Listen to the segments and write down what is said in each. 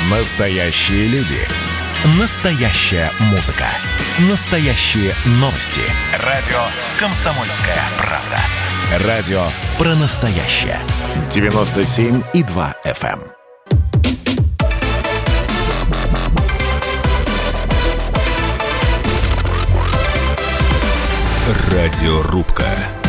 Настоящие люди. Настоящая музыка. Настоящие новости. Радио «Комсомольская правда». Радио про настоящее. 97,2 FM. Радиорубка.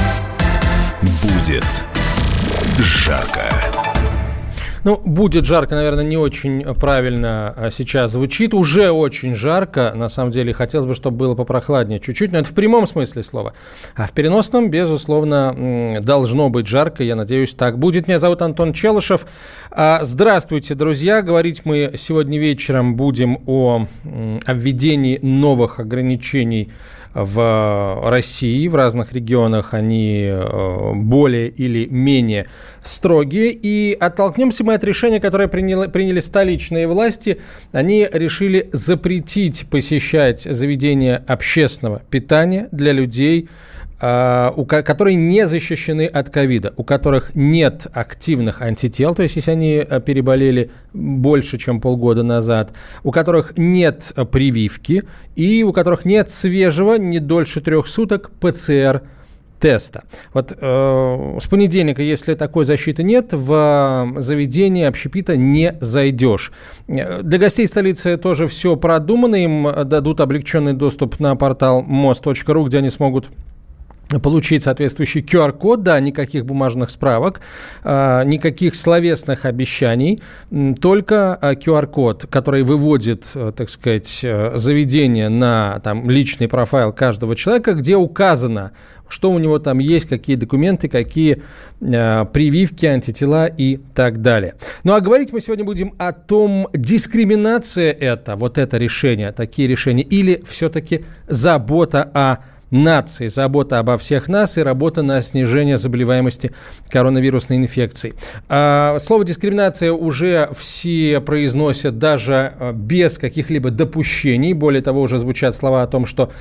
Будет жарко. Ну, будет жарко, наверное, не очень правильно сейчас звучит. Уже очень жарко. На самом деле, хотелось бы, чтобы было попрохладнее чуть-чуть. Но это в прямом смысле слова. А в переносном, безусловно, должно быть жарко. Я надеюсь, так будет. Меня зовут Антон Челышев. Здравствуйте, друзья. Говорить мы сегодня вечером будем о введении новых ограничений в России. В разных регионах они более или менее строгие. И оттолкнемся мы от решения, которое приняли столичные власти. Они решили запретить посещать заведения общественного питания для людей, которые не защищены от ковида, у которых нет активных антител, то есть если они переболели больше, чем полгода назад, у которых нет прививки и у которых нет свежего, не дольше 3 суток, ПЦР-теста. Вот с понедельника, если такой защиты нет, в заведение общепита не зайдешь. Для гостей столицы тоже все продумано, им дадут облегченный доступ на портал mos.ru, где они смогут получить соответствующий QR-код, да, никаких бумажных справок, никаких словесных обещаний, только QR-код, который выводит, так сказать, заведение на там, личный профайл каждого человека, где указано, что у него там есть, какие документы, какие прививки, антитела и так далее. Ну, а говорить мы сегодня будем о том, дискриминация это, вот это решение, такие решения, или все-таки забота о нации, забота обо всех нас и работа на снижение заболеваемости коронавирусной инфекцией. Слово «дискриминация» уже все произносят даже без каких-либо допущений. Более того, уже звучат слова о том, что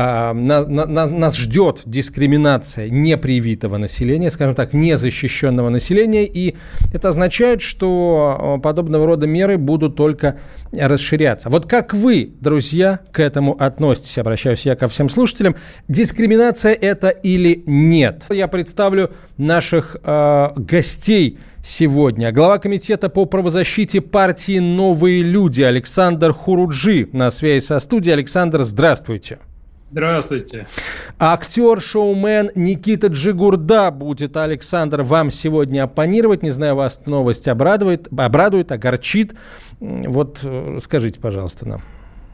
нас ждет дискриминация непривитого населения, скажем так, незащищенного населения. И это означает, что подобного рода меры будут только расширяться. Вот как вы, друзья, к этому относитесь? Обращаюсь я ко всем слушателям. Дискриминация это или нет? Я представлю наших гостей сегодня. Глава комитета по правозащите партии «Новые люди» Александр Хуруджи на связи со студией. Александр, здравствуйте. Здравствуйте. Актер-шоумен Никита Джигурда будет, Александр, вам сегодня оппонировать. Не знаю, вас новость обрадует, огорчит. Вот скажите, пожалуйста, нам.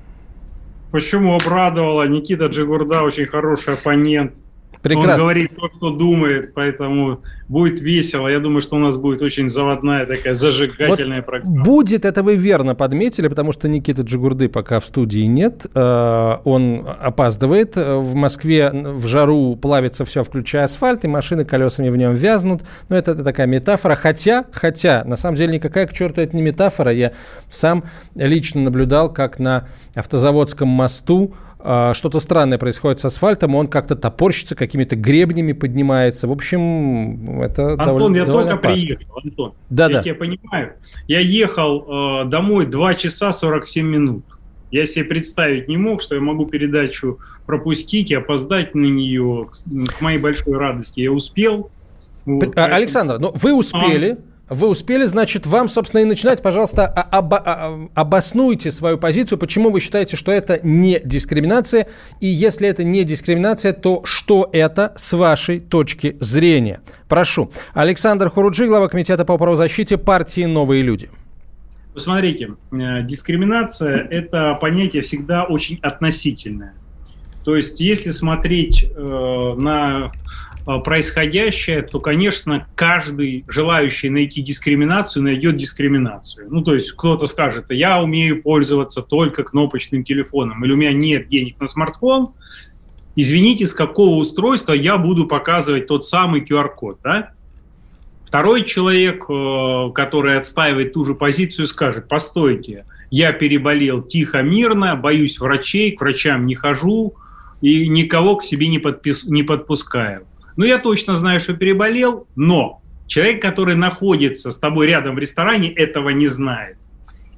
Почему обрадовала? Никита Джигурда очень хороший оппонент. Прекрасно. Он говорит то, что думает, поэтому будет весело. Я думаю, что у нас будет очень заводная такая зажигательная программа. Будет, это вы верно подметили, потому что Никиты Джигурды пока в студии нет. Он опаздывает. В Москве в жару плавится все, включая асфальт, и машины колесами в нем вязнут. Но это такая метафора. Хотя, на самом деле, никакая к черту это не метафора. Я сам лично наблюдал, как на Автозаводском мосту что-то странное происходит с асфальтом, он как-то топорщится, какими-то гребнями поднимается. В общем, это Антон, я только опасно. приехал, Антон. Да. Я тебя понимаю. Я ехал домой 2 часа 47 минут. Я себе представить не мог, что я могу передачу пропустить и опоздать на нее. К моей большой радости я успел. Вот, Александр, ну вы успели. Вы успели, значит, вам, собственно, и начинать. Пожалуйста, обоснуйте свою позицию, почему вы считаете, что это не дискриминация, и если это не дискриминация, то что это с вашей точки зрения? Прошу. Александр Хуруджи, глава комитета по правозащите партии «Новые люди». Посмотрите, дискриминация – это понятие всегда очень относительное. То есть, если смотреть на происходящее, то, конечно, каждый желающий найти дискриминацию найдет дискриминацию. Ну, то есть кто-то скажет, я умею пользоваться только кнопочным телефоном, или у меня нет денег на смартфон, извините, с какого устройства я буду показывать тот самый QR-код, да? Второй человек, который отстаивает ту же позицию, скажет, постойте, я переболел тихо, мирно, боюсь врачей, к врачам не хожу и никого к себе не подпускаю. Ну, я точно знаю, что переболел, но человек, который находится с тобой рядом в ресторане, этого не знает.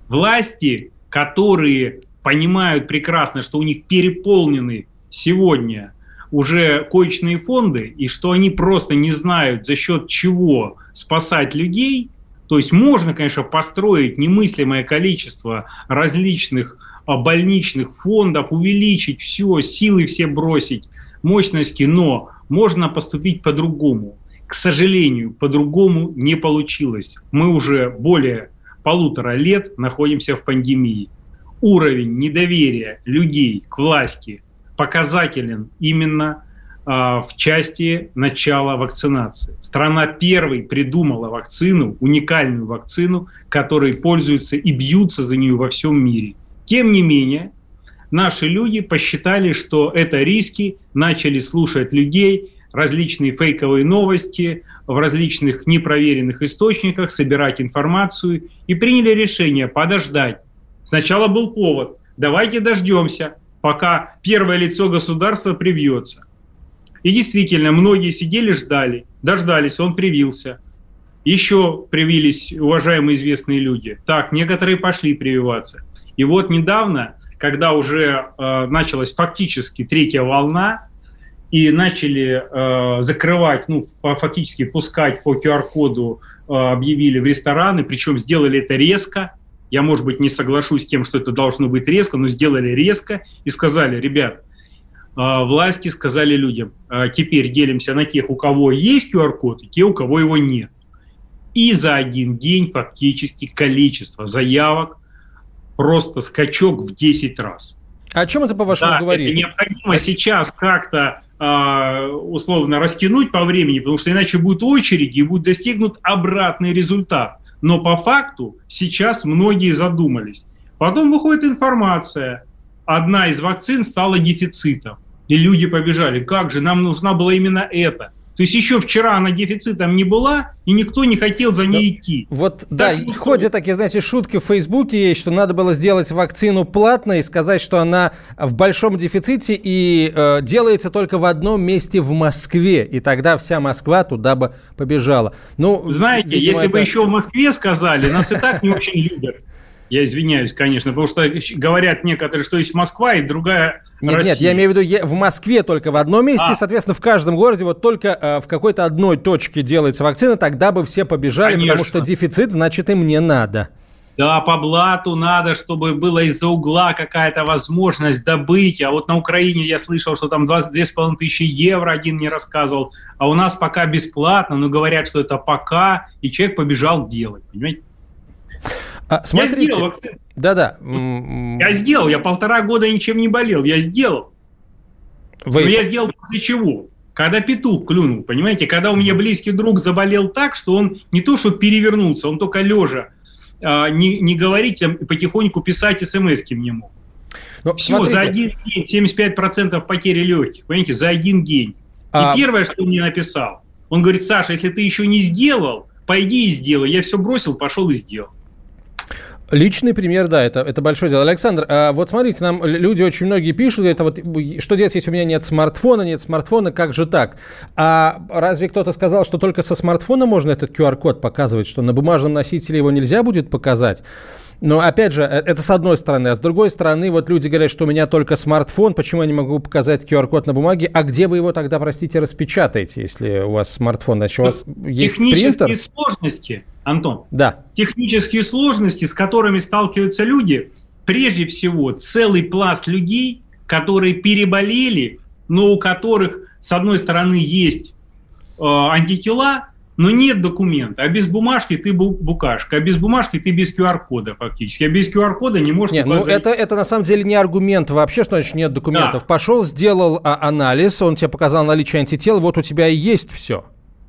Власти, которые понимают прекрасно, что у них переполнены сегодня уже коечные фонды, и что они просто не знают, за счет чего спасать людей. То есть можно, конечно, построить немыслимое количество различных больничных фондов, увеличить все, силы все бросить, мощности, но можно поступить по-другому. К сожалению, по-другому не получилось. Мы уже более 1,5 лет находимся в пандемии. Уровень недоверия людей к власти показателен именно в части начала вакцинации. Страна первой придумала вакцину, уникальную вакцину, которой пользуются и бьются за нее во всем мире. Тем не менее, наши люди посчитали, что это риски, начали слушать людей, различные фейковые новости в различных непроверенных источниках, собирать информацию и приняли решение подождать. Сначала был повод, давайте дождемся, пока первое лицо государства привьется. И действительно, многие сидели, ждали, дождались, он привился. Еще привились уважаемые известные люди. Так, некоторые пошли прививаться. И вот недавно, когда уже началась фактически 3-я волна, и начали закрывать, фактически пускать по QR-коду, объявили в рестораны, причем сделали это резко. Я, может быть, не соглашусь с тем, что это должно быть резко, но сделали резко и сказали: ребят, власти сказали людям, теперь делимся на тех, у кого есть QR-код, и те, у кого его нет. И за один день фактически количество заявок просто скачок в 10 раз. О чем это, по-вашему, говорит? Это необходимо сейчас как-то условно растянуть по времени, потому что иначе будут очереди и будет достигнут обратный результат. Но по факту сейчас многие задумались. Потом выходит информация. Одна из вакцин стала дефицитом. И люди побежали. Как же, нам нужна была именно эта. То есть еще вчера она дефицитом не была, и никто не хотел за ней идти. Вот, да, ходят такие, знаете, шутки в Фейсбуке есть, что надо было сделать вакцину платной и сказать, что она в большом дефиците и делается только в одном месте в Москве, и тогда вся Москва туда бы побежала. Знаете, видимо, если бы еще в Москве сказали, нас и так не очень любят. Я извиняюсь, конечно, потому что говорят некоторые, что есть Москва и другая Россия. Нет, я имею в виду в Москве только в одном месте, соответственно, в каждом городе вот только в какой-то одной точке делается вакцина, тогда бы все побежали, конечно. Потому что дефицит, значит, им не надо. Да, по блату надо, чтобы была из-за угла какая-то возможность добыть. А вот на Украине я слышал, что там 2,5 тысячи евро, один мне рассказывал. А у нас пока бесплатно, но говорят, что это пока, и человек побежал делать, понимаете? Смотрите. Я сделал вакцину. Да-да. Я сделал, я 1,5 года ничем не болел, я сделал. Но я сделал после чего? Когда петух клюнул, понимаете? Когда у меня близкий друг заболел так, что он не то что перевернулся, он только лежа не говорить, а потихоньку писать смс-ки мне мог. Все, смотрите. За один день 75% потери легких, понимаете, за один день. И первое, что он мне написал, он говорит: Саша, если ты еще не сделал, пойди и сделай. Я все бросил, пошел и сделал. Личный пример, да, это большое дело. Александр, вот смотрите, нам люди очень многие пишут, это вот, что делать, если у меня нет смартфона, как же так? А разве кто-то сказал, что только со смартфона можно этот QR-код показывать, что на бумажном носителе его нельзя будет показать? Но, опять же, это с одной стороны. А с другой стороны, вот люди говорят, что у меня только смартфон, почему я не могу показать QR-код на бумаге? А где вы его тогда, простите, распечатаете, если у вас смартфон? Значит, у вас есть принтер? Технические сложности, Антон. Да. Технические сложности, с которыми сталкиваются люди, прежде всего, целый пласт людей, которые переболели, но у которых, с одной стороны, есть антитела, но нет документа. А без бумажки ты букашка. А без бумажки ты без QR-кода фактически. А без QR-кода не можешь... Нет, это на самом деле не аргумент вообще, что значит нет документов. Да. Пошел, сделал анализ, он тебе показал наличие антител, вот у тебя и есть все.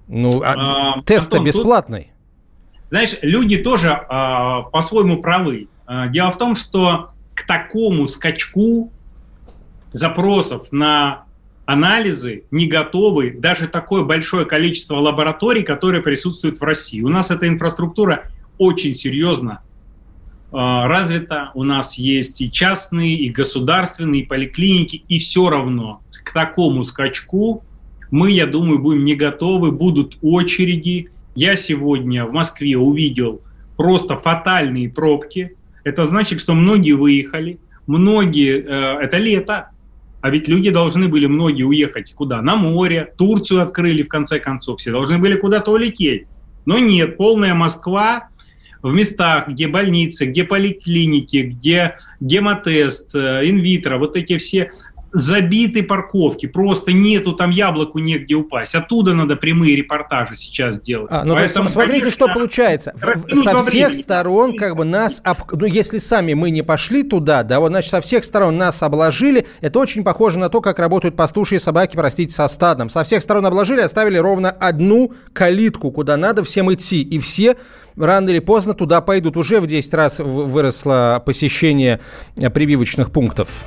Тест-то бесплатный. Знаешь, люди тоже по-своему правы. Дело в том, что к такому скачку запросов на анализы не готовы даже такое большое количество лабораторий, которые присутствуют в России. У нас эта инфраструктура очень серьезно развита. У нас есть и частные, и государственные, и поликлиники. И все равно к такому скачку мы, я думаю, будем не готовы. Будут очереди. Я сегодня в Москве увидел просто фатальные пробки. это значит, что многие выехали, это лето, а ведь люди должны были многие уехать куда? На море, Турцию открыли в конце концов, все должны были куда-то улететь. Но нет, полная Москва в местах, где больницы, где поликлиники, где гемотест, инвитро, вот эти все забиты парковки, просто нету там яблоку негде упасть. Оттуда надо прямые репортажи сейчас делать. Ну, поэтому, смотрите, конечно, что получается. Со всех сторон как бы нас, если сами мы не пошли туда, да, вот, значит, со всех сторон нас обложили. Это очень похоже на то, как работают пастушьи собаки, простите, со стадом. Со всех сторон обложили, оставили ровно одну калитку, куда надо всем идти. И все рано или поздно туда пойдут. Уже в 10 раз выросло посещение прививочных пунктов.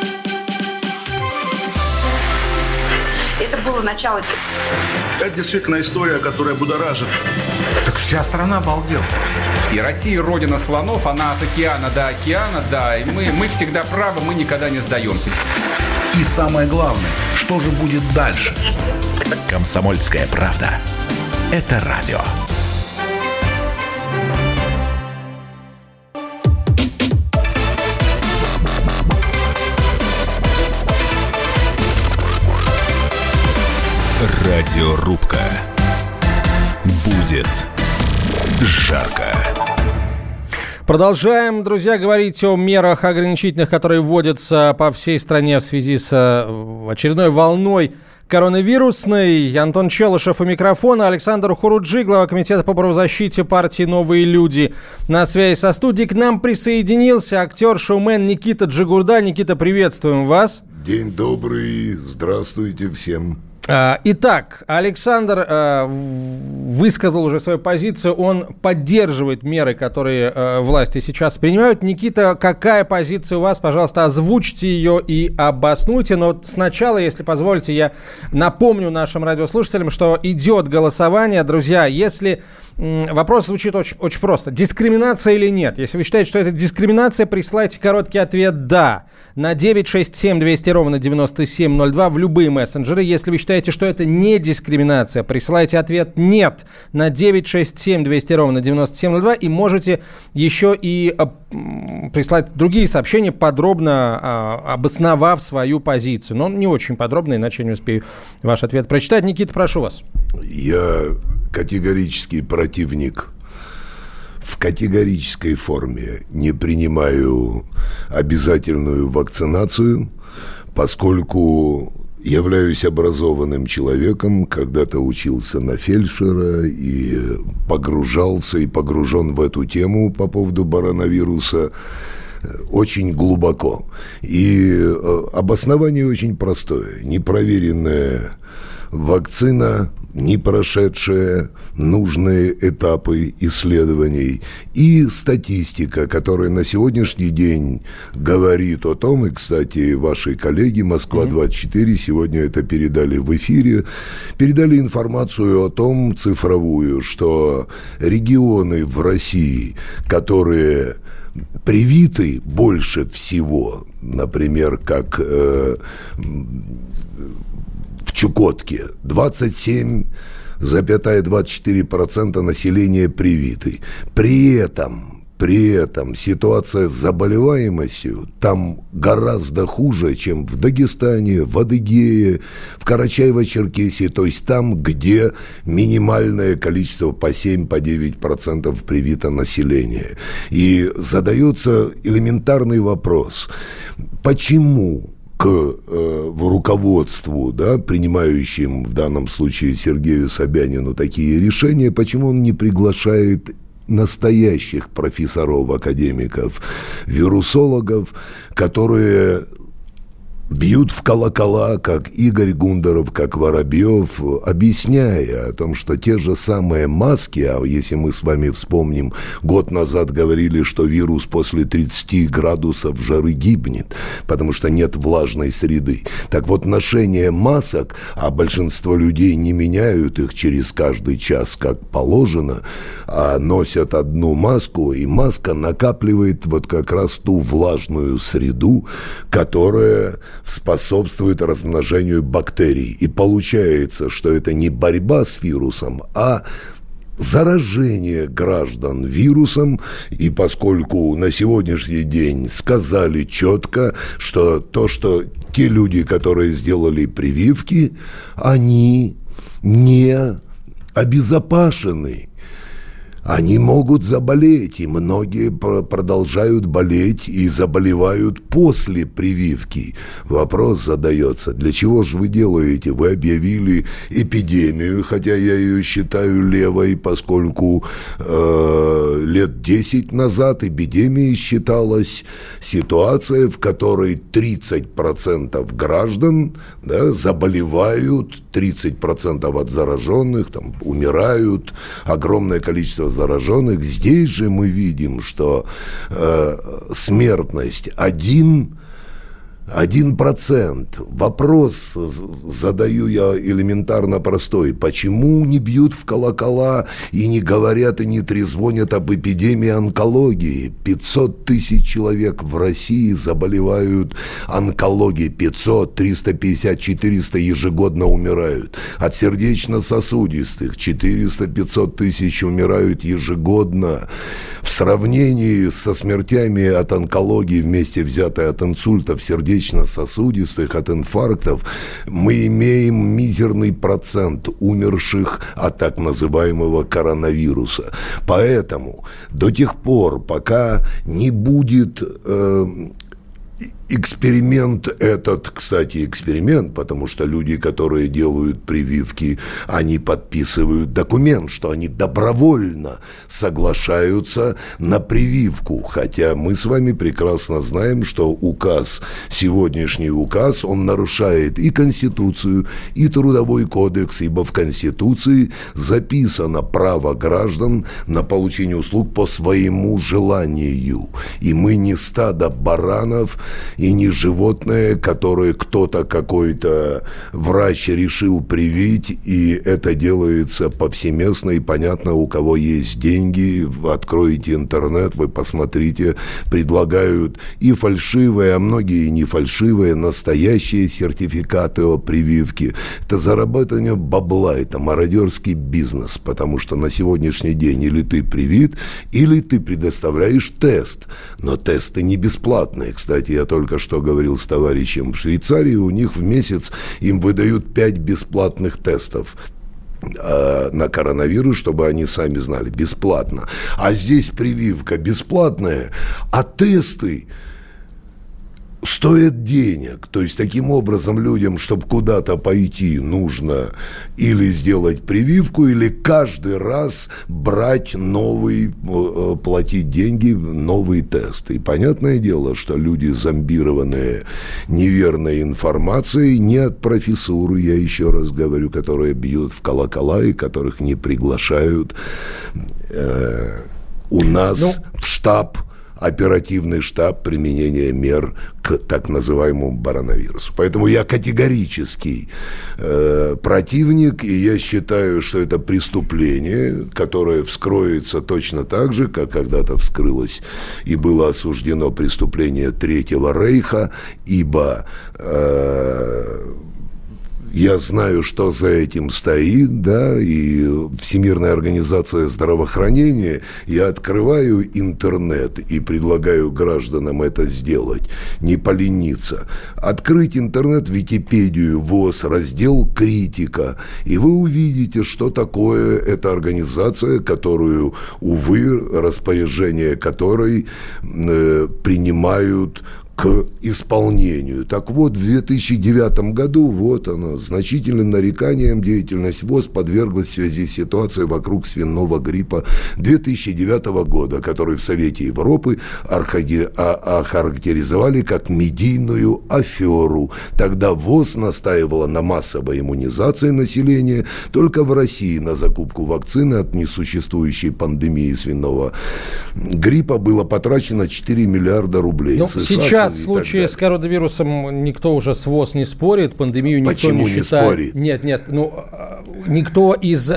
Это было начало. Это действительно история, которая будоражит. Так вся страна обалдела. И Россия родина слонов, она от океана до океана, да. И мы всегда правы, мы никогда не сдаемся. И самое главное, что же будет дальше? «Комсомольская правда». Это радио. Радиорубка. Будет жарко. Продолжаем, друзья, говорить о мерах ограничительных, которые вводятся по всей стране в связи с очередной волной коронавирусной. Антон Челышев у микрофона, Александр Хуруджи, глава комитета по правозащите партии «Новые люди» на связи со студией. К нам присоединился актер-шоумен Никита Джигурда. Никита, приветствуем вас. День добрый, здравствуйте всем. Итак, Александр высказал уже свою позицию, он поддерживает меры, которые власти сейчас принимают. Никита, какая позиция у вас? Пожалуйста, озвучьте ее и обоснуйте. Но сначала, если позволите, я напомню нашим радиослушателям, что идет голосование. Друзья, если... Вопрос звучит очень просто. Дискриминация или нет? Если вы считаете, что это дискриминация, присылайте короткий ответ «да» на 967-200-97-02 в любые мессенджеры. Если вы считаете, что это не дискриминация, присылайте ответ «нет» на 967-200-97-02 и можете еще и прислать другие сообщения, подробно обосновав свою позицию. Но не очень подробно, иначе не успею ваш ответ прочитать. Никита, прошу вас. Я категорический противник, в категорической форме не принимаю обязательную вакцинацию, поскольку являюсь образованным человеком, когда-то учился на фельдшера и погружался и погружен в эту тему по поводу коронавируса очень глубоко. И обоснование очень простое. Непроверенная вакцина, не прошедшая нужные этапы исследований, и статистика, которая на сегодняшний день говорит о том, и, кстати, ваши коллеги «Москва-24» сегодня это передали в эфире, передали информацию о том, цифровую, что регионы в России, которые привиты больше всего, например, как в Чукотке, 27,24% населения привиты. При этом ситуация с заболеваемостью там гораздо хуже, чем в Дагестане, в Адыгее, в Карачаево-Черкесии, то есть там, где минимальное количество по 7-9% привито население. И задается элементарный вопрос. Почему к руководству, да, принимающим в данном случае Сергею Собянину такие решения, почему он не приглашает настоящих профессоров, академиков, вирусологов, которые бьют в колокола, как Игорь Гундаров, как Воробьев, объясняя о том, что те же самые маски, а если мы с вами вспомним, год назад говорили, что вирус после 30 градусов жары гибнет, потому что нет влажной среды. Так вот, ношение масок, а большинство людей не меняют их через каждый час, как положено, а носят одну маску, и маска накапливает вот как раз ту влажную среду, которая способствует размножению бактерий. И получается, что это не борьба с вирусом, а заражение граждан вирусом, и поскольку на сегодняшний день сказали четко, что те люди, которые сделали прививки, они не обезопасены. Они могут заболеть, и многие продолжают болеть и заболевают после прививки. Вопрос задается, для чего же вы делаете? Вы объявили эпидемию, хотя я ее считаю левой, поскольку лет 10 назад эпидемией считалась ситуация, в которой 30% граждан заболевают, 30% от зараженных умирают, огромное количество зараженных. Здесь же мы видим, что смертность 1%. Вопрос задаю я элементарно простой. Почему не бьют в колокола и не говорят, и не трезвонят об эпидемии онкологии? 500 тысяч человек в России заболевают онкологией. 500, 350, 400 ежегодно умирают. От сердечно-сосудистых 400-500 тысяч умирают ежегодно. В сравнении со смертями от онкологии, вместе взятой от инсультов, сердечно-сосудистых, от инфарктов, мы имеем мизерный процент умерших от так называемого коронавируса. Поэтому до тех пор, пока не будет эксперимент этот, кстати, эксперимент, потому что люди, которые делают прививки, они подписывают документ, что они добровольно соглашаются на прививку, хотя мы с вами прекрасно знаем, что сегодняшний указ, он нарушает и Конституцию, и Трудовой кодекс, ибо в Конституции записано право граждан на получение услуг по своему желанию, и мы не стадо баранов, и не животное, которое кто-то, какой-то врач решил привить, и это делается повсеместно, и понятно, у кого есть деньги, откройте интернет, вы посмотрите, предлагают и фальшивые, а многие и не фальшивые, настоящие сертификаты о прививке. Это заработание бабла, это мародерский бизнес, потому что на сегодняшний день или ты привит, или ты предоставляешь тест, но тесты не бесплатные. Кстати, я только что говорил с товарищем в Швейцарии, у них в месяц им выдают 5 бесплатных тестов на коронавирус, чтобы они сами знали, бесплатно. А здесь прививка бесплатная, а тесты стоят денег. То есть, таким образом, людям, чтобы куда-то пойти, нужно или сделать прививку, или каждый раз брать новый, платить деньги, новый тест. И понятное дело, что люди, зомбированные неверной информацией, не от профессуры, я еще раз говорю, которые бьют в колокола и которых не приглашают у нас в штаб, оперативный штаб применения мер к так называемому коронавирусу. Поэтому я категорический противник, и я считаю, что это преступление, которое вскроется точно так же, как когда-то вскрылось и было осуждено преступление Третьего Рейха, ибо я знаю, что за этим стоит, да, и Всемирная организация здравоохранения, я открываю интернет и предлагаю гражданам это сделать, не полениться. Открыть интернет, Википедию, ВОЗ, раздел «Критика», и вы увидите, что такое эта организация, которую, увы, распоряжение которой принимают к исполнению. Так вот, в 2009 году, вот она, значительным нареканием деятельность ВОЗ подверглась в связи с ситуацией вокруг свиного гриппа 2009 года, который в Совете Европы охарактеризовали как медийную аферу. Тогда ВОЗ настаивала на массовой иммунизации населения, только в России на закупку вакцины от несуществующей пандемии свиного гриппа было потрачено 4 миллиарда рублей. Сейчас в случае с коронавирусом никто уже с ВОЗ не спорит, пандемию никто Почему не считает. Спорит? Нет, никто из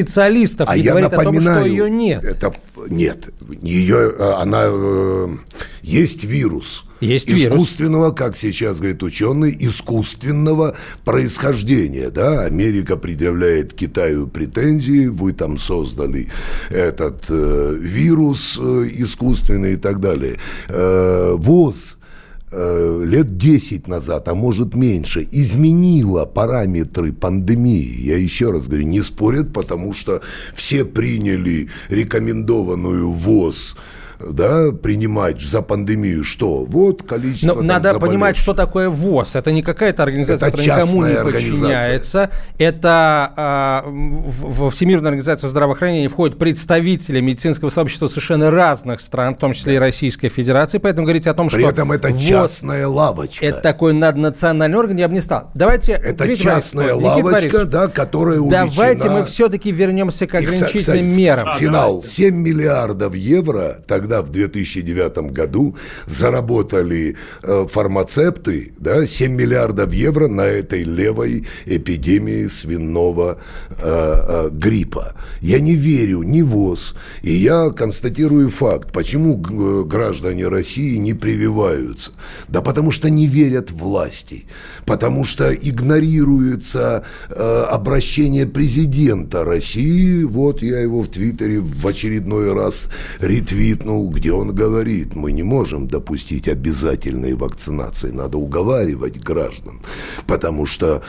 специалистов не говорит о том, что ее нет. Нет, ее, она Есть вирус. Есть вирус. Искусственного, как сейчас говорят ученые, искусственного происхождения. Да? Америка предъявляет Китаю претензии, вы там создали этот вирус искусственный и так далее. ВОЗ лет 10 назад, а может меньше, изменила параметры пандемии. Я еще раз говорю, не спорят, потому что все приняли рекомендованную ВОЗ, да, принимать за пандемию что? Вот количество. Но надо понимать, что такое ВОЗ. Это не какая-то организация, это которая никому не подчиняется. Это во Всемирную организацию здравоохранения входят представители медицинского сообщества совершенно разных стран, в том числе и Российской Федерации. Поэтому говорить о том, что при этом это ВОЗ, частная лавочка. Это такой наднациональный орган, я бы не стал. Давайте, это Дмитрий частная лавочка, да, которая увлечена. Давайте мы все-таки вернемся к ограничительным мерам. Финал. 7 миллиардов евро тогда в 2009 году заработали фармацепты, да, 7 миллиардов евро на этой левой эпидемии свиного гриппа. Я не верю ни ВОЗ, и я констатирую факт, почему граждане России не прививаются. Да потому что не верят власти, потому что игнорируется обращение президента России. Вот я его в Твиттере в очередной раз ретвитнул, где он говорит, мы не можем допустить обязательной вакцинации, надо уговаривать граждан, потому что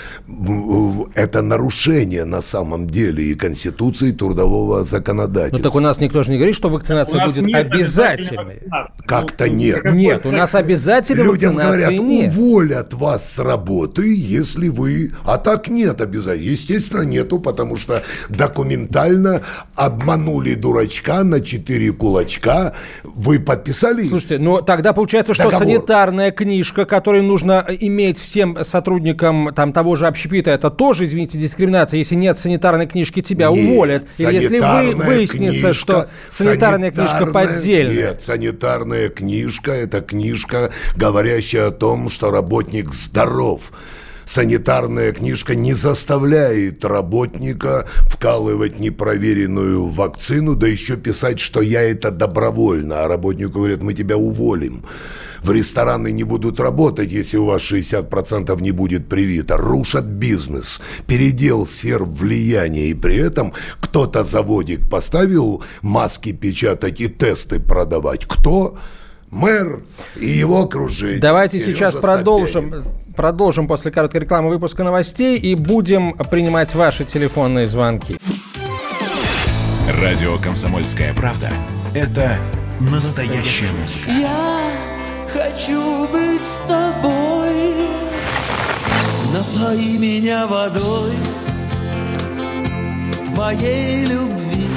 это нарушение на самом деле и Конституции, и трудового законодательства. Ну так у нас никто же не говорит, что вакцинация будет обязательной. Как-то нет. Нет, у нас обязательной людям вакцинации говорят, нет. Уволят вас с работы, если вы... А так нет обязательно. Естественно, нету, потому что документально обманули дурачка на 4 кулачка. Вы подписали? Слушайте, ну тогда получается, что договор. Санитарная книжка, которую нужно иметь всем сотрудникам там, того же общепита, это тоже, извините, дискриминация. Если нет санитарной книжки, тебя уволят. Или если выяснится, что санитарная книжка поддельная. Нет, санитарная книжка – это книжка, говорящая о том, что работник здоров. Санитарная книжка не заставляет работника вкалывать непроверенную вакцину, да еще писать, что я это добровольно. А работнику говорят, мы тебя уволим. В рестораны не будут работать, если у вас 60% не будет привито. Рушат бизнес, передел сфер влияния. И при этом кто-то заводик поставил маски печатать и тесты продавать. Кто? Мэр и его окружение. Давайте сейчас продолжим после короткой рекламы выпуска новостей и будем принимать ваши телефонные звонки. Радио «Комсомольская правда» – это настоящая музыка. Я хочу быть с тобой. Напои меня водой твоей любви.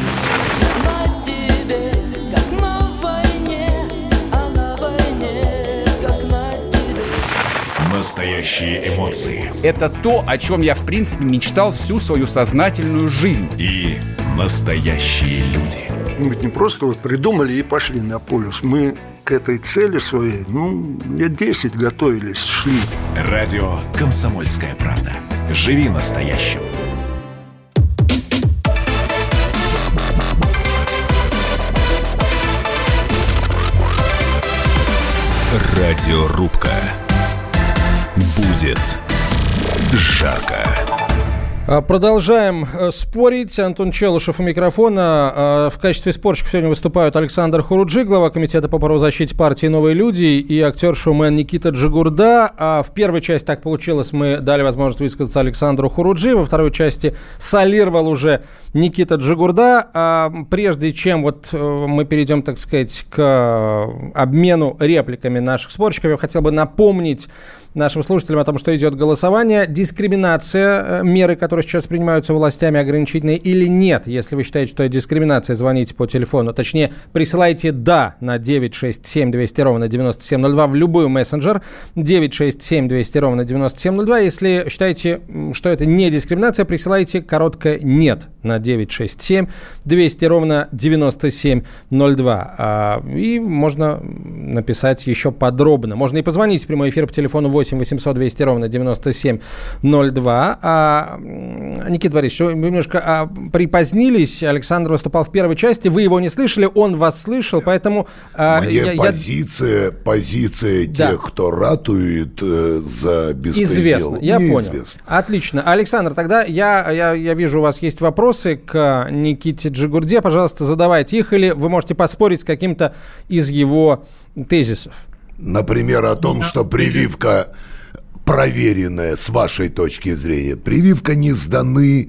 Настоящие эмоции. Это то, о чем я, в принципе, мечтал всю свою сознательную жизнь. И настоящие люди. Мы ведь не просто вот придумали и пошли на полюс. Мы к этой цели своей, лет 10 готовились, шли. Радио «Комсомольская правда». Живи настоящим. Радиорубка. Будет жарко. Продолжаем спорить. Антон Челышев у микрофона. В качестве спорщиков сегодня выступают Александр Хуруджи, глава комитета по правозащите партии «Новые люди», и актер-шоумен Никита Джигурда. В первой части так получилось, мы дали возможность высказаться Александру Хуруджи. Во второй части солировал уже Никита Джигурда. Прежде чем мы перейдем, так сказать, к обмену репликами наших спорщиков, я хотел бы напомнить нашим слушателям о том, что идет голосование. Дискриминация, меры, которые сейчас принимаются властями, ограничительные или нет. Если вы считаете, что это дискриминация, звоните по телефону. Точнее, присылайте «да» на 967-200-97-02 в любой мессенджер. 967-200-97-02. Если считаете, что это не дискриминация, присылайте короткое «нет» на 967-200-97-02. И можно написать еще подробно. Можно и позвонить в прямой эфир по телефону 8 800 200 ровно 9702. Никита Борисович, вы немножко припозднились. Александр выступал в первой части. Вы его не слышали, он вас слышал, поэтому... Позиция тех, кто ратует за беспредел. Известно, я понял. Отлично. Александр, тогда я вижу, у вас есть вопросы к Никите Джигурде. Пожалуйста, задавайте их, или вы можете поспорить с каким-то из его тезисов. Например, о том, что прививка проверенная с вашей точки зрения. Прививка не сданы...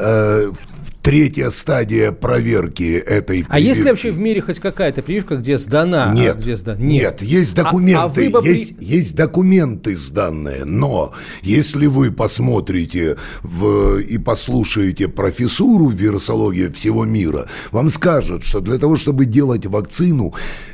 Третья стадия проверки этой прививки. А есть ли вообще в мире хоть какая-то прививка, где сдана? Нет, нет, есть документы, есть документы сданные, но если вы посмотрите и послушаете профессуру в вирусологии всего мира, вам скажут, что для того, чтобы делать вакцину,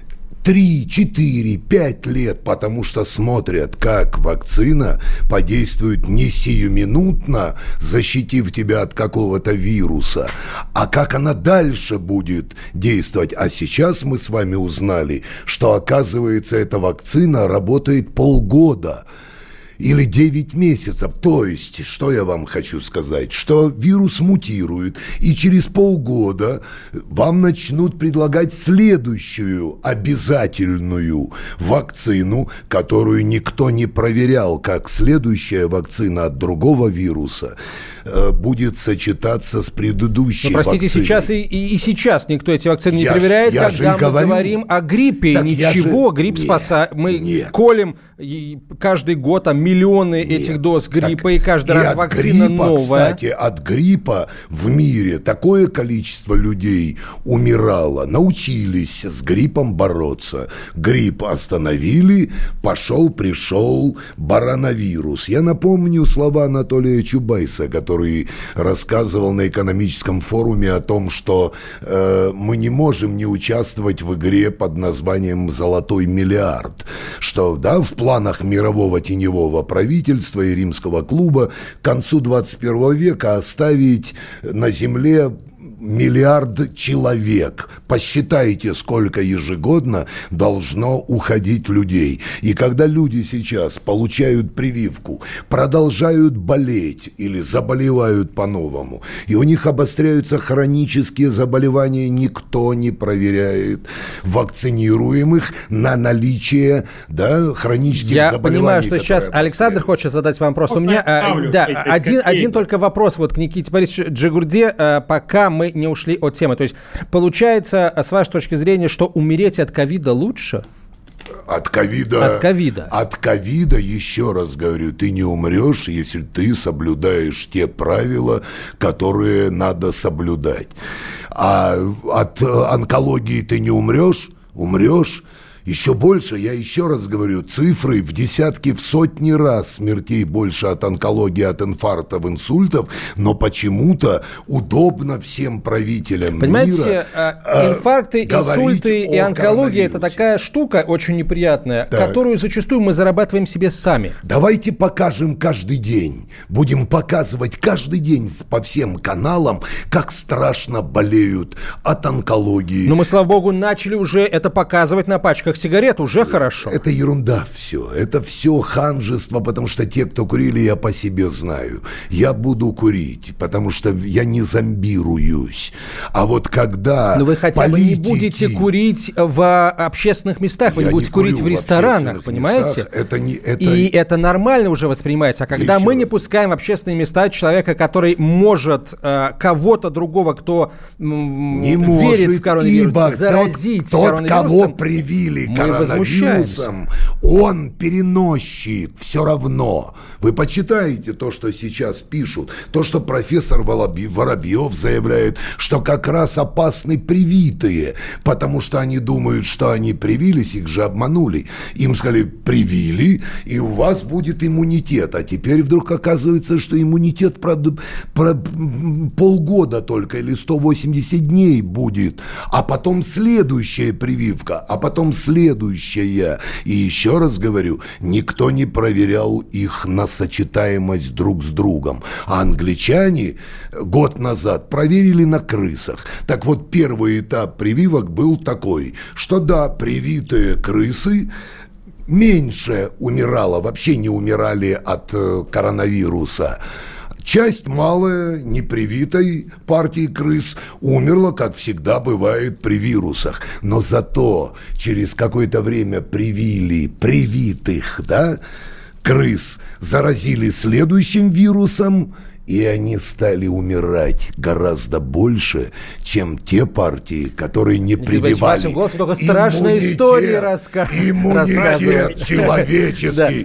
3, 4, 5 лет, потому что смотрят, как вакцина подействует не сиюминутно, защитив тебя от какого-то вируса, а как она дальше будет действовать. А сейчас мы с вами узнали, что, оказывается, эта вакцина работает полгода. Или 9 месяцев. То есть, что я вам хочу сказать? Что вирус мутирует, и через полгода вам начнут предлагать следующую обязательную вакцину, которую никто не проверял, как следующая вакцина от другого вируса будет сочетаться с предыдущей простите, вакциной. Сейчас и сейчас никто эти вакцины не проверяет, когда мы говорим о гриппе. Грипп спасает. Мы колем каждый год миллионы этих доз гриппа, и каждый раз вакцина новая. Кстати, от гриппа в мире такое количество людей умирало. Научились с гриппом бороться. Грипп остановили, пришел барановирус. Я напомню слова Анатолия Чубайса, который рассказывал на экономическом форуме о том, что мы не можем не участвовать в игре под названием «Золотой миллиард». Что, в планах мирового теневого правительства и римского клуба к концу 21 века оставить на земле 1 миллиард человек. Посчитайте, сколько ежегодно должно уходить людей. И когда люди сейчас получают прививку, продолжают болеть или заболевают по-новому, и у них обостряются хронические заболевания, никто не проверяет вакцинируемых на наличие хронических заболеваний. Я понимаю, что сейчас Александр хочет задать вам вопрос. У меня один только вопрос к Никите Борисовичу Джигурде, пока мы не ушли от темы. То есть, получается, с вашей точки зрения, что умереть от ковида лучше? От ковида, еще раз говорю, ты не умрешь, если ты соблюдаешь те правила, которые надо соблюдать. А от онкологии ты не умрешь? Еще больше, я еще раз говорю, цифры в десятки, в сотни раз смертей больше от онкологии, от инфарктов, инсультов, но почему-то удобно всем правителям мира инфаркты, инсульты и онкология – это такая штука очень неприятная, которую зачастую мы зарабатываем себе сами. Давайте покажем каждый день, будем показывать каждый день по всем каналам, как страшно болеют от онкологии. Но мы, слава богу, начали уже это показывать на пачках сигарет, уже хорошо. Это ерунда все. Это все ханжество, потому что те, кто курили, я по себе знаю. Я буду курить, потому что я не зомбируюсь. А вот когда но вы хотя бы не будете курить в общественных местах, вы не будете курить в ресторанах, понимаете? И это нормально уже воспринимается. А когда мы не пускаем в общественные места человека, который может кого-то другого, кто верит в коронавирус, заразить коронавирусом, кого привили коронавирусом, он переносчик все равно. Вы почитаете то, что сейчас пишут, то, что профессор Воробьев заявляет, что как раз опасны привитые, потому что они думают, что они привились, их же обманули. Им сказали, привили, и у вас будет иммунитет. А теперь вдруг оказывается, что иммунитет полгода только или 180 дней будет, а потом следующая прививка, а потом следующая следующая. И еще раз говорю, никто не проверял их на сочетаемость друг с другом. А англичане год назад проверили на крысах. Так вот, первый этап прививок был такой, что да, привитые крысы меньше умирало, вообще не умирали от коронавируса. Часть малая непривитой партии крыс умерла, как всегда бывает при вирусах. Но зато через какое-то время привитых, да, крыс заразили следующим вирусом, и они стали умирать гораздо больше, чем те партии, которые не прививали. Вашим голосом только страшные истории рассказывают. Иммунитет человеческий,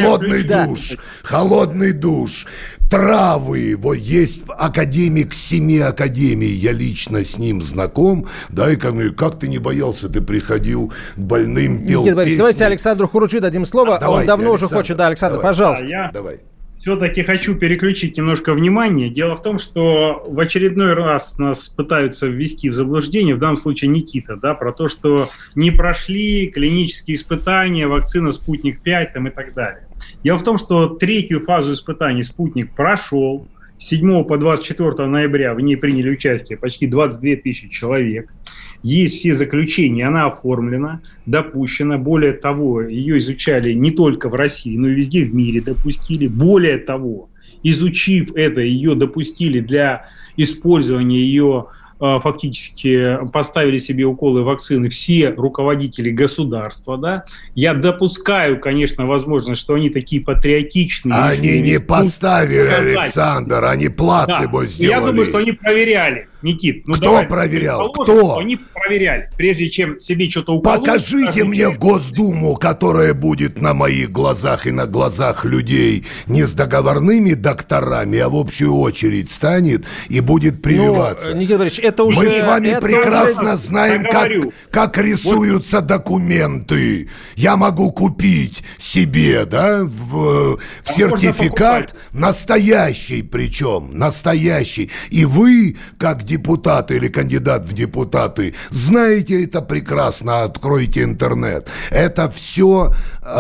холодный душ. Травы, вот есть академик 7 академий, я лично с ним знаком, да, и как ты не боялся, ты приходил к больным, пел Никита Борисович, песни. давайте Александру Хуруджи дадим слово, он давно уже хочет, да, Александр, пожалуйста. Давай. Все-таки хочу переключить немножко внимание. Дело в том, что в очередной раз нас пытаются ввести в заблуждение, в данном случае Никита, да, про то, что не прошли клинические испытания вакцины «Спутник-5» там, и так далее. Дело в том, что 3-ю фазу испытаний «Спутник» прошел. С 7 по 24 ноября в ней приняли участие почти 22 тысячи человек. Есть все заключения, она оформлена, допущена. Более того, ее изучали не только в России, но и везде в мире допустили. Более того, изучив это, ее допустили для использования ее, фактически поставили себе уколы вакцины все руководители государства. Да? Я допускаю, конечно, возможность, что они такие патриотичные. Они не поставили, Александр, они плацебо сделали. Я думаю, что они проверяли. Никит, кто проверял? Кто? Они проверяли, прежде чем себе что-то уколоть. Покажите мне Госдуму, которая будет на моих глазах и на глазах людей не с договорными докторами, а в общую очередь станет и будет прививаться. Никита Борисович, это уже... Мы с вами прекрасно знаем, как рисуются документы. Я могу купить себе, да, в сертификат настоящий, причем настоящий. И вы, как депутат или кандидат в депутаты, знаете это прекрасно, откройте интернет. Это все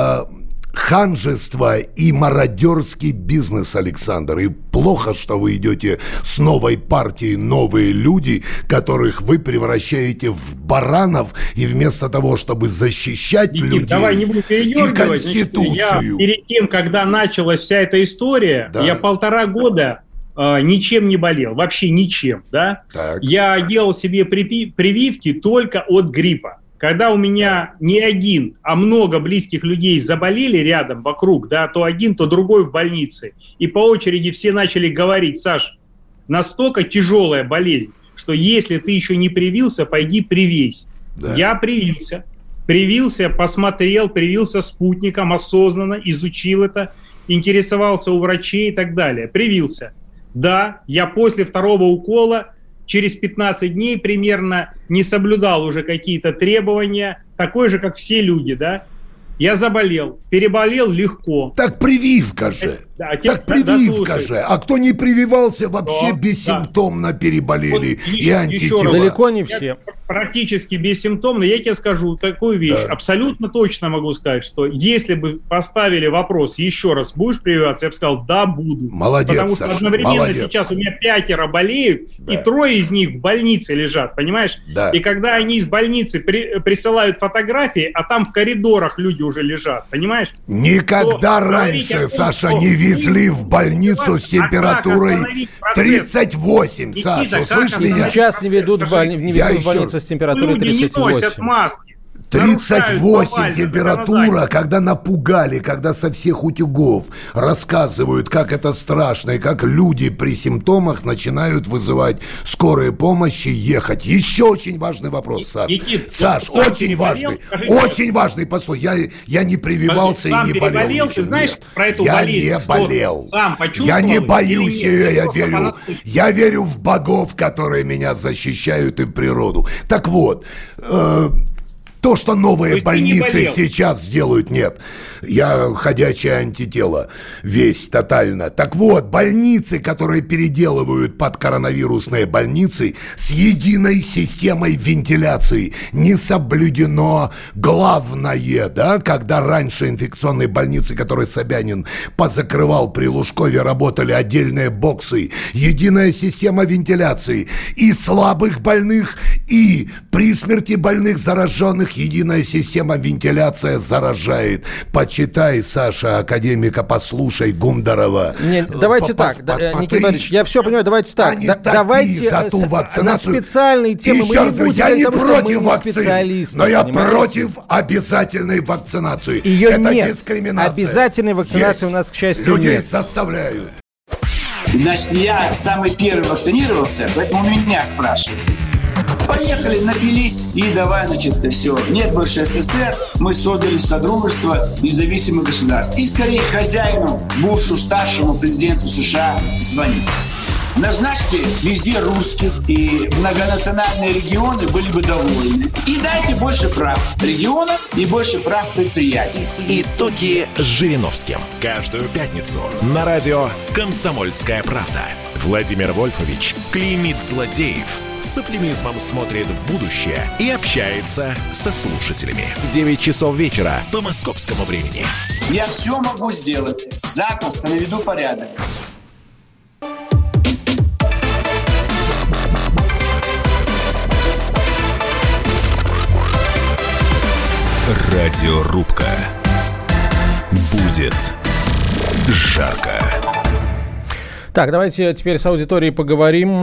ханжество и мародерский бизнес, Александр. И плохо, что вы идете с новой партией, новые люди, которых вы превращаете в баранов, и вместо того, чтобы защищать людей давай не буду передергивать, и Конституцию. Я перед тем, когда началась вся эта история, я 1,5 года ничем не болел, вообще ничем, да? Так. Я делал себе прививки только от гриппа. Когда у меня не один, а много близких людей заболели рядом, вокруг, да, то один, то другой в больнице. И по очереди все начали говорить: Саш, настолько тяжелая болезнь, что если ты еще не привился, пойди привейся. Да. Я привился, посмотрел, привился спутником, осознанно изучил это, интересовался у врачей и так далее. Привился. Да, я после 2-го укола через 15 дней примерно не соблюдал уже какие-то требования, такой же, как все люди, да. Я заболел, переболел легко. Так прививка же. Прививка же. А кто не прививался, вообще бессимптомно переболели. Вот и антитела. Далеко не все. Практически бессимптомно. Я тебе скажу такую вещь. Да. Абсолютно точно могу сказать, что если бы поставили вопрос еще раз, будешь прививаться, я бы сказал, да, буду. Молодец, потому что одновременно сейчас у меня 5 болеют, и 3 из них в больнице лежат, понимаешь? Да. И когда они из больницы присылают фотографии, а там в коридорах люди уже лежат, понимаешь? Никогда раньше, Саша, не везли в больницу с температурой 38, Саша, слышишь меня? Сейчас не ведут в больницу с температурой 38. Люди не носят маски. 38 температура, когда напугали, когда со всех утюгов рассказывают, как это страшно, и как люди при симптомах начинают вызывать скорую помощь и ехать. Еще очень важный вопрос, Саш. Саш, очень важный, послушай, я не прививался и не болел. Ты знаешь про эту болезнь? Я не болел. Сам почувствовал? Я не боюсь ее, я верю в богов, которые меня защищают, и в природу. Так вот, То, что новые больницы сейчас сделают, нет. Я ходячее антитело, весь тотально. Так вот, больницы, которые переделывают под коронавирусные больницы с единой системой вентиляции, не соблюдено главное, да, когда раньше инфекционные больницы, которые Собянин позакрывал при Лужкове, работали отдельные боксы, единая система вентиляции и слабых больных, и при смерти больных зараженных единая система вентиляции заражает. Почитай, Саша, академика, послушай Гумдарова. Давайте так, Никита Борисович, я все понимаю, давайте так. Давайте на специальные темы мы не будем говорить, потому что мы не специалисты. Но я против обязательной вакцинации. Ее это нет. Дискриминация. Обязательной вакцинации у нас, к счастью, людей нет. заставляют. Значит, я самый первый вакцинировался, поэтому меня спрашивают. Поехали, напились и давай, значит, все. Нет больше СССР, мы создали Содружество независимых государств. И скорее хозяину Бушу, старшему президенту США, звонить. Назначьте везде русских, и многонациональные регионы были бы довольны. И дайте больше прав регионам и больше прав предприятий. Итоги с Жириновским. Каждую пятницу на радио «Комсомольская правда». Владимир Вольфович клеймит злодеев, с оптимизмом смотрит в будущее и общается со слушателями. 9 часов вечера по московскому времени. Я все могу сделать. Запросто наведу порядок. Радиорубка. Будет жарко. Так, давайте теперь с аудиторией поговорим.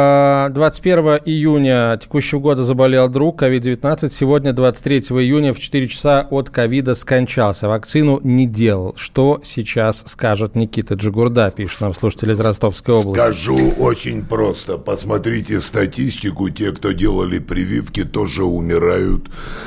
21 июня текущего года заболел друг, COVID-19. Сегодня, 23 июня, в 4 часа от ковида скончался. Вакцину не делал. Что сейчас скажет Никита Джигурда, пишет нам слушатель из Ростовской области. Скажу очень просто. Посмотрите статистику. Те, кто делали прививки, тоже умирают.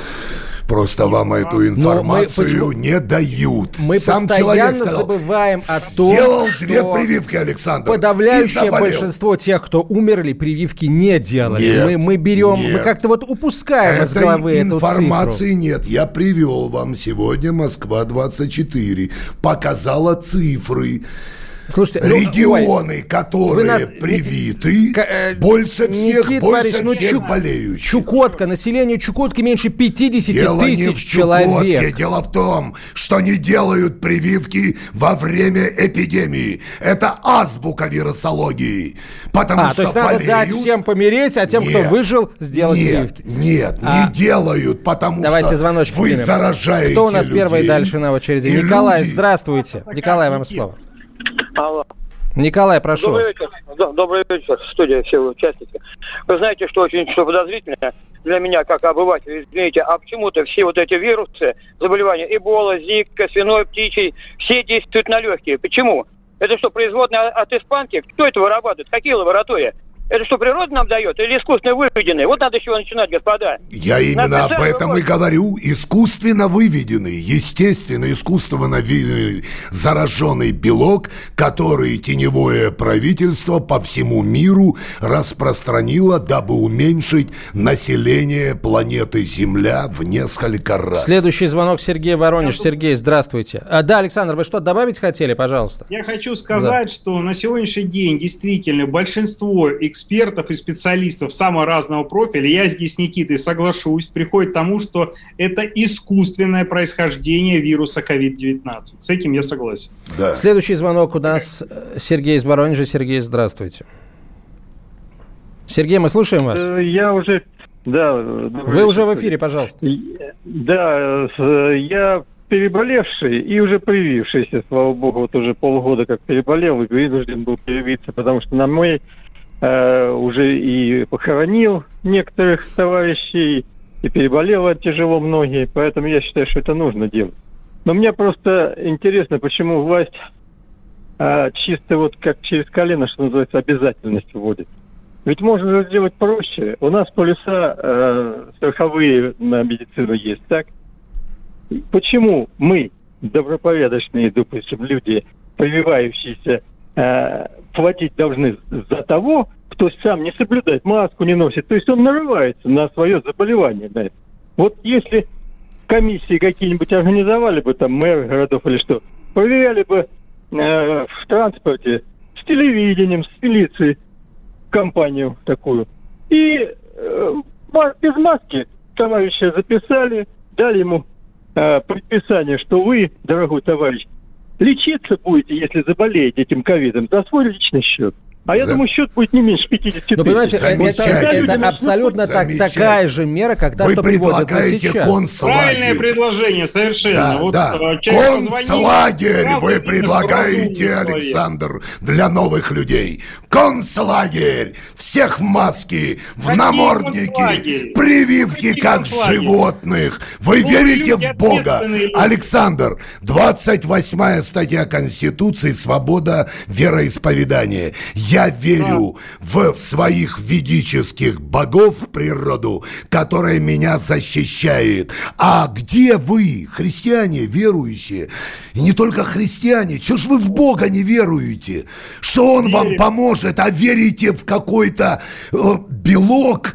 Просто вам эту информацию не дают. Мы Сам постоянно сказал, забываем о том, сделал что 2 прививки, Александр, подавляющее большинство тех, кто умерли, прививки не делали. Мы берем, мы как-то вот упускаем из головы эту цифру. Информации нет. Я привел вам сегодня Москва-24. Показала цифры. Слушайте, регионы, которые привиты, больше всех, болеющих. Чукотка, население Чукотки меньше 50 дело тысяч человек. Дело в том, что не делают прививки во время эпидемии. Это азбука вирусологии. Потому что то есть надо дать всем помереть, а тем, кто выжил, сделать прививки. Нет, не делают, потому давайте что вы заражаете. Кто у нас первый дальше на очереди? Николай, здравствуйте. Николай, вам слово. Алло. Николай, прошу. Добрый вечер, студия, все участники. Вы знаете, что очень подозрительно для меня, как обывателя, извините, а почему-то все вот эти вирусы, заболевания, Эбола, Зика, свиной, птичий, все действуют на легкие. Почему? Это что, производные от испанки? Кто это вырабатывает? Какие лаборатории? Это что, природа нам дает или искусственно выведенные? Вот надо с чего начинать, господа. Я именно об этом и говорю. Искусственно выведенный, естественно, искусственно выведенный зараженный белок, который теневое правительство по всему миру распространило, дабы уменьшить население планеты Земля в несколько раз. Следующий звонок Сергей Воронеж. Сергей, здравствуйте. Да, Александр, вы что добавить хотели, пожалуйста? Я хочу сказать, что на сегодняшний день действительно большинство экспертов и специалистов самого разного профиля, я здесь с Никитой соглашусь, приходит к тому, что это искусственное происхождение вируса COVID-19. С этим я согласен. Да. Следующий звонок у нас Сергей из Воронежа. Сергей, здравствуйте. Сергей, мы слушаем вас. Я уже... Да. Вы уже в эфире, пожалуйста. Да, я переболевший и уже привившийся, слава богу, вот уже полгода как переболел и вынужден был привиться, потому что на мой уже и похоронил некоторых товарищей, и переболело тяжело многие, поэтому я считаю, что это нужно делать. Но мне просто интересно, почему власть чисто вот как через колено, что называется, обязательность вводит. Ведь можно же сделать проще. У нас полюса страховые на медицину есть, так? Почему мы, добропорядочные, допустим, люди, прививающиеся, платить должны за того, кто сам не соблюдает, маску не носит. То есть он нарывается на свое заболевание. Да. Вот если комиссии какие-нибудь организовали бы, там, мэры городов или что, проверяли бы в транспорте с телевидением, с милицией компанию такую. И без маски товарища записали, дали ему предписание, что вы, дорогой товарищ, лечиться будете, если заболеете этим ковидом, за свой личный счет. А я думаю, счет будет не меньше 50 тысяч. Ну, понимаете, это абсолютно такая же мера, как та, что приводится сейчас. Правильное предложение, совершенно. Концлагерь вы предлагаете, Александр, для новых людей. Концлагерь. Всех в маске, в намордники, прививки, как животных. Вы верите в Бога? Александр, 28-я статья Конституции «Свобода вероисповедания». Я верю в своих ведических богов, в природу, которая меня защищает. А где вы, христиане, верующие? И не только христиане. Чего ж вы в Бога не веруете? Что Он вам поможет, а верите в какой-то белок,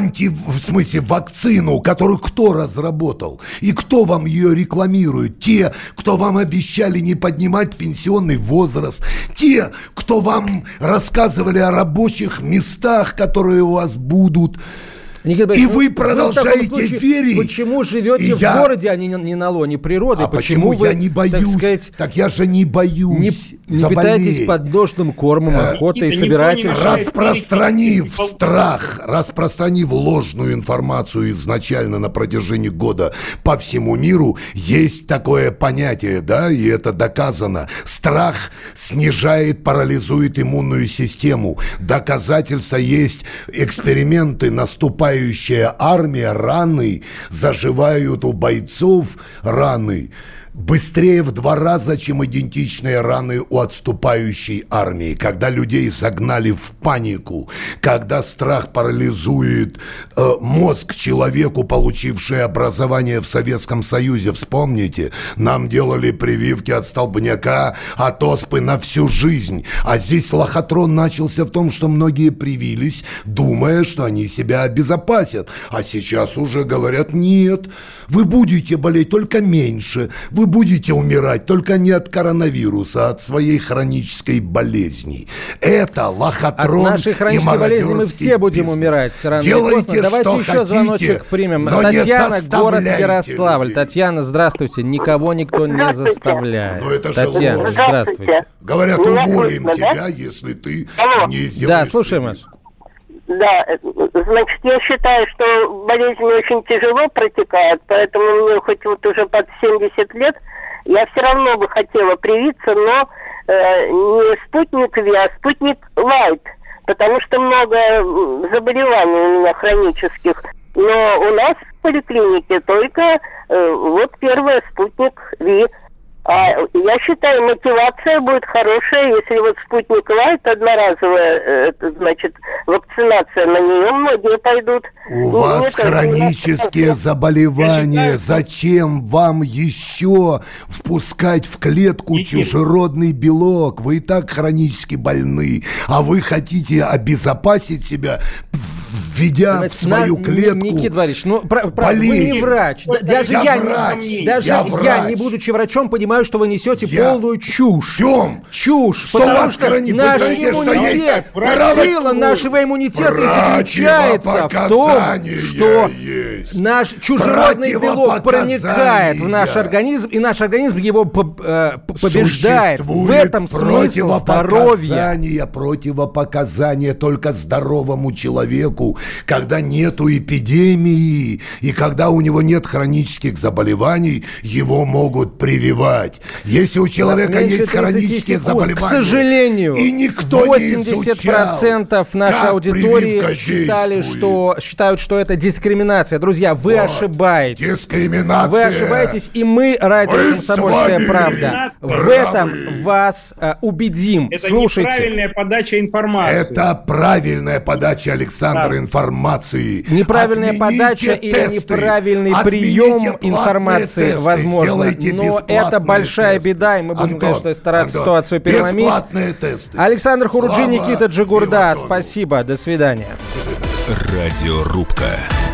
в смысле вакцину, которую кто разработал? И кто вам ее рекламирует? Те, кто вам обещали не поднимать пенсионный возраст. Те, кто вам рассказывали о рабочих местах, которые у вас будут. И вы продолжаете верить. Почему живете в городе, а не на лоне природы? Почему я не боюсь? Так я же не боюсь. Не питайтесь подножным кормом охоты и собирательства. Распространив страх, распространив ложную информацию изначально на протяжении года по всему миру, есть такое понятие, да, и это доказано. Страх снижает, парализует иммунную систему. Доказательства есть, эксперименты, наступающая армия, раны, заживают у бойцов раны быстрее в 2 раза, чем идентичные раны у отступающей армии. Когда людей загнали в панику, когда страх парализует мозг человеку, получившему образование в Советском Союзе. Вспомните, нам делали прививки от столбняка, от оспы на всю жизнь. А здесь лохотрон начался в том, что многие привились, думая, что они себя обезопасят. А сейчас уже говорят: нет, вы будете болеть только меньше, вы будете умирать только не от коронавируса, а от своей хронической болезни. Это лохотрон. От нашей хронической болезни мы все будем умирать рано или поздно. Давайте еще хотите, звоночек примем. Татьяна, город Ярославль. Людей. Татьяна, здравствуйте. Никого никто не заставляет. Татьяна, здравствуйте. Говорят, уволим тебя, если ты не сделаешь. Да, слушаем вас. Да, значит, я считаю, что болезнь очень тяжело протекает, поэтому мне хоть вот уже под 70 лет, я все равно бы хотела привиться, но не спутник Ви, а спутник Лайт, потому что много заболеваний у меня хронических. Но у нас в поликлинике только вот первый спутник Ви. А я считаю, мотивация будет хорошая, если вот спутник Лайт одноразовая, это значит вакцинация, на нее многие пойдут. У вас хронические заболевания, зачем вам еще впускать в клетку чужеродный белок? Вы и так хронически больны, а вы хотите обезопасить себя, введя в свою клетку. Никита Борисович, ну вы не врач. Даже я не будучи врачом, понимаю, что вы несете полную чушь. Чушь. Что потому что наш иммунитет, сила нашего иммунитета заключается в том, что наш чужеродный белок проникает в наш организм, и наш организм его побеждает. В этом смысл здоровья. Противопоказания только здоровому человеку, когда нету эпидемии и когда у него нет хронических заболеваний, его могут прививать. Если у человека есть хронические заболевания, к сожалению, и никто 80% нашей аудитории считают, что это дискриминация. Друзья, вы ошибаетесь. Дискриминация. Вы ошибаетесь, и мы, радио «Комсомольская правда», в этом вас убедим. Это Слушайте. неправильная подача информации. Это правильная подача, Александр, информации. Неправильная подача или неправильный прием информации, возможно. Но это большая беда, и мы будем, конечно, стараться ситуацию переломить. Александр Хуруджи, Никита Джигурда, спасибо, до свидания. Радиорубка.